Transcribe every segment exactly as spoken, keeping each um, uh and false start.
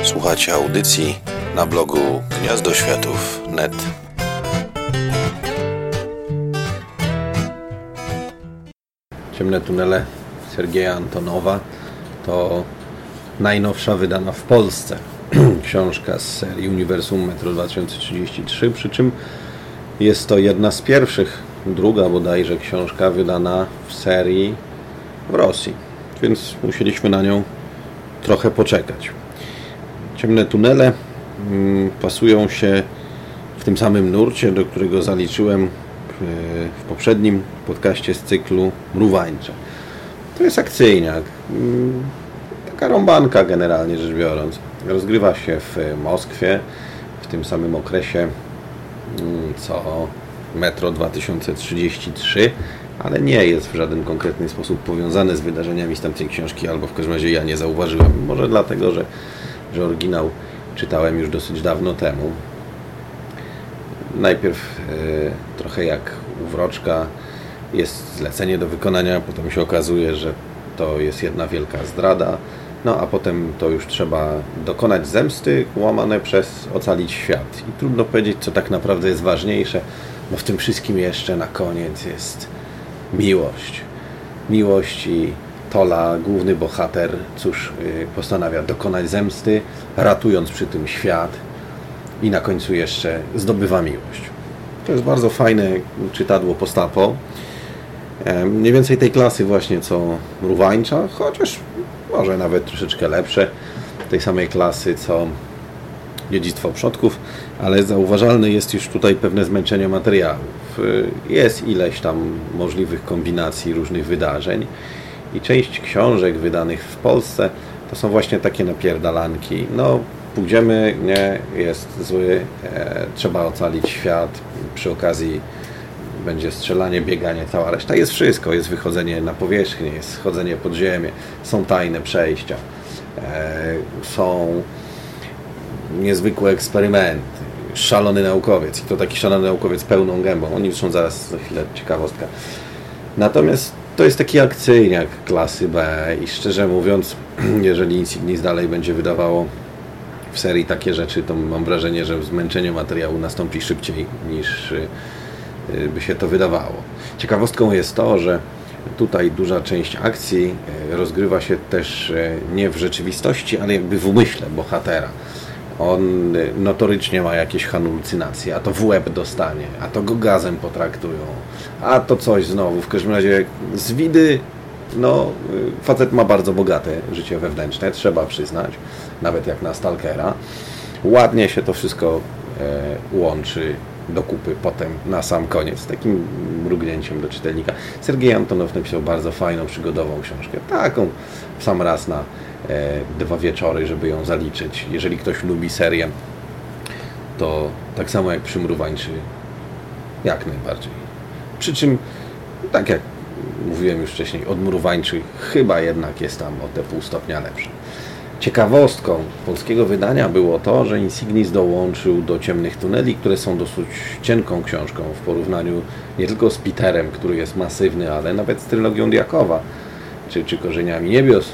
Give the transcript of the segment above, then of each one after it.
Słuchacie audycji na blogu gniazdoświatów kropka net. Ciemne tunele Sergeja Antonowa to najnowsza wydana w Polsce książka z serii Uniwersum Metro dwa tysiące trzydzieści trzy, przy czym jest to jedna z pierwszych, druga bodajże książka wydana w serii w Rosji, więc musieliśmy na nią trochę poczekać. Ciemne tunele mm, pasują się w tym samym nurcie, do którego zaliczyłem w, w poprzednim podcaście z cyklu Mrówańcze. To jest akcyjniak, mm, taka rąbanka generalnie rzecz biorąc. Rozgrywa się w Moskwie w tym samym okresie mm, co Metro dwa tysiące trzydzieści trzy, ale nie jest w żaden konkretny sposób powiązane z wydarzeniami z tamtej książki, albo w każdym razie ja nie zauważyłem. Może dlatego, że, że oryginał czytałem już dosyć dawno temu. Najpierw e, trochę jak u Wroczka jest zlecenie do wykonania, potem się okazuje, że to jest jedna wielka zdrada, no a potem to już trzeba dokonać zemsty, łamane przez ocalić świat. I trudno powiedzieć, co tak naprawdę jest ważniejsze, bo w tym wszystkim jeszcze na koniec jest miłość. Miłość i Tola, główny bohater, cóż, postanawia dokonać zemsty, ratując przy tym świat i na końcu jeszcze zdobywa miłość. To jest bardzo fajne czytadło postapo. Mniej więcej tej klasy właśnie co Mrówańcza, chociaż może nawet troszeczkę lepsze. Tej samej klasy co Dziedzictwo Przodków, ale zauważalne jest już tutaj pewne zmęczenie materiałów. Jest ileś tam możliwych kombinacji różnych wydarzeń i część książek wydanych w Polsce to są właśnie takie napierdalanki. No, pójdziemy, nie, jest zły, e, trzeba ocalić świat, przy okazji będzie strzelanie, bieganie, cała reszta. Jest wszystko, jest wychodzenie na powierzchnię, jest schodzenie pod ziemię, są tajne przejścia, e, są niezwykłe eksperymenty, szalony naukowiec i to taki szalony naukowiec pełną gębą. Oni są zaraz, za chwilę ciekawostka. Natomiast to jest taki akcyjniak klasy B i szczerze mówiąc, jeżeli Insignis dalej będzie wydawało w serii takie rzeczy, to mam wrażenie, że zmęczenie materiału nastąpi szybciej niż by się to wydawało. Ciekawostką jest to, że tutaj duża część akcji rozgrywa się też nie w rzeczywistości, ale jakby w umyśle bohatera. On notorycznie ma jakieś halucynacje, a to w łeb dostanie, a to go gazem potraktują, a to coś znowu. W każdym razie z widy, no, facet ma bardzo bogate życie wewnętrzne, trzeba przyznać, nawet jak na stalkera. Ładnie się to wszystko e, łączy do kupy potem na sam koniec, z takim mrugnięciem do czytelnika. Sergiej Antonow napisał bardzo fajną, przygodową książkę, taką w sam raz na e, dwa wieczory, żeby ją zaliczyć. Jeżeli ktoś lubi serię, to tak samo jak przy Mrówańczy, jak najbardziej. Przy czym, tak jak mówiłem już wcześniej, od Mrówańczy chyba jednak jest tam o te pół stopnia lepsze. Ciekawostką polskiego wydania było to, że Insignis dołączył do Ciemnych tuneli, które są dosyć cienką książką w porównaniu nie tylko z Peterem, który jest masywny, ale nawet z trylogią Djakowa, czy, czy Korzeniami Niebios.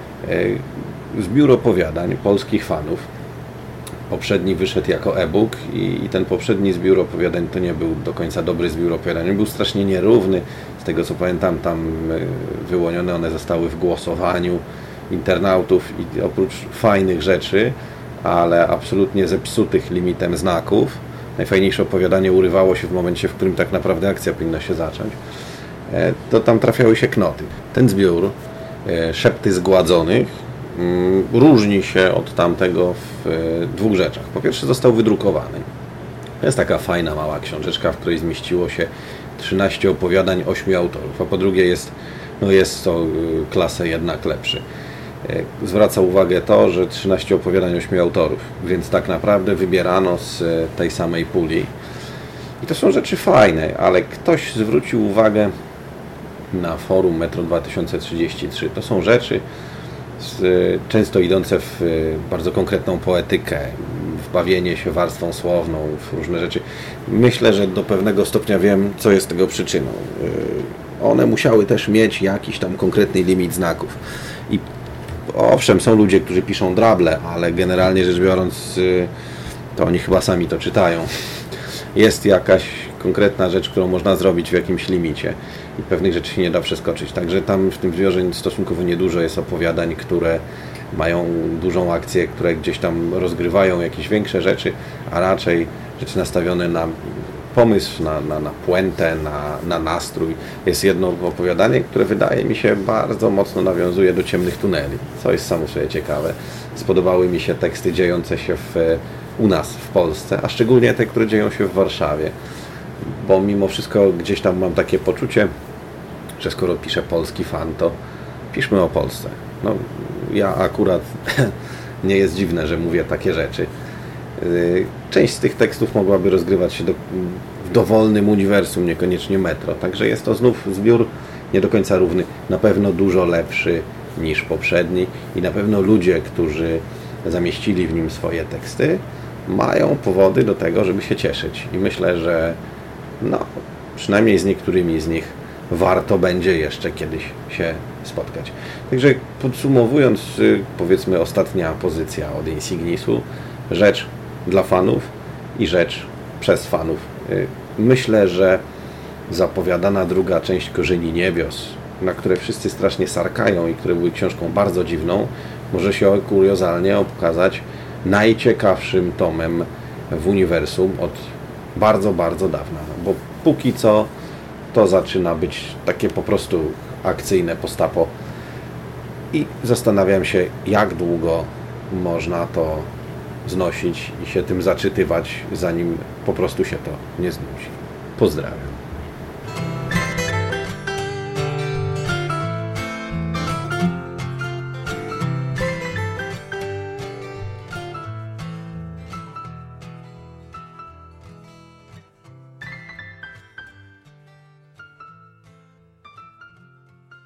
Zbiór opowiadań polskich fanów. Poprzedni wyszedł jako e-book i, i ten poprzedni zbiór opowiadań to nie był do końca dobry zbiór opowiadań. Był strasznie nierówny. Z tego co pamiętam, tam wyłonione one zostały w głosowaniu internautów i oprócz fajnych rzeczy, ale absolutnie zepsutych limitem znaków. Najfajniejsze opowiadanie urywało się w momencie, w którym tak naprawdę akcja powinna się zacząć. To tam trafiały się knoty. Ten zbiór, Szepty Zgładzonych, różni się od tamtego w dwóch rzeczach. Po pierwsze, został wydrukowany. To jest taka fajna, mała książeczka, w której zmieściło się trzynaście opowiadań ośmiu autorów, a po drugie jest, no jest to klasę jednak lepszy. Zwraca uwagę to, że trzynaście opowiadań ośmiu autorów, więc tak naprawdę wybierano z tej samej puli. I to są rzeczy fajne, ale ktoś zwrócił uwagę na forum Metro dwa tysiące trzydzieści trzy. To są rzeczy z, często idące w bardzo konkretną poetykę, w bawienie się warstwą słowną, w różne rzeczy. Myślę, że do pewnego stopnia wiem, co jest tego przyczyną. One musiały też mieć jakiś tam konkretny limit znaków. I owszem, są ludzie, którzy piszą drable, ale generalnie rzecz biorąc, to oni chyba sami to czytają. Jest jakaś konkretna rzecz, którą można zrobić w jakimś limicie i pewnych rzeczy się nie da przeskoczyć. Także tam w tym zbiorze stosunkowo niedużo jest opowiadań, które mają dużą akcję, które gdzieś tam rozgrywają jakieś większe rzeczy, a raczej rzeczy nastawione na pomysł, na, na, na puentę, na, na nastrój. Jest jedno opowiadanie, które wydaje mi się bardzo mocno nawiązuje do Ciemnych tuneli, co jest samo sobie ciekawe. Spodobały mi się teksty dziejące się w, u nas w Polsce, a szczególnie te, które dzieją się w Warszawie, bo mimo wszystko gdzieś tam mam takie poczucie, że skoro pisze polski fan, to piszmy o Polsce. No, ja akurat nie jest dziwne, że mówię takie rzeczy. Część z tych tekstów mogłaby rozgrywać się do, w dowolnym uniwersum, niekoniecznie metro. Także jest to znów zbiór nie do końca równy. Na pewno dużo lepszy niż poprzedni i na pewno ludzie, którzy zamieścili w nim swoje teksty, mają powody do tego, żeby się cieszyć. I myślę, że no, przynajmniej z niektórymi z nich warto będzie jeszcze kiedyś się spotkać. Także podsumowując, powiedzmy ostatnia pozycja od Insignisu, rzecz dla fanów i rzecz przez fanów. Myślę, że zapowiadana druga część Korzeni Niebios, na które wszyscy strasznie sarkają i które były książką bardzo dziwną, może się kuriozalnie okazać najciekawszym tomem w uniwersum od bardzo, bardzo dawna. Bo póki co to zaczyna być takie po prostu akcyjne postapo i zastanawiam się, jak długo można to znosić i się tym zaczytywać, zanim po prostu się to nie znudzi. Pozdrawiam.